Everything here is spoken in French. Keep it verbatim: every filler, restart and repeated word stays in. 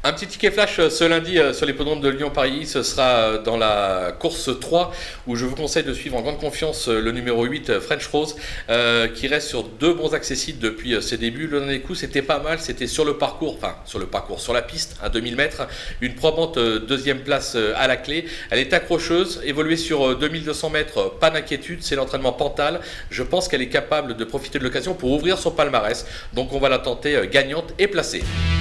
Un petit ticket flash ce lundi sur l'hippodrome de Lyon-Paris, ce sera dans la course trois où je vous conseille de suivre en grande confiance le numéro huit French Rose euh, qui reste sur deux bons accessibles depuis ses débuts. Le dernier coup c'était pas mal, c'était sur le parcours, enfin sur le parcours, sur la piste à deux mille mètres, une probante deuxième place à la clé. Elle est accrocheuse, évoluée sur deux mille deux cents mètres, pas d'inquiétude, c'est l'entraînement Pantal. Je pense qu'elle est capable de profiter de l'occasion pour ouvrir son palmarès, donc on va la tenter gagnante et placée.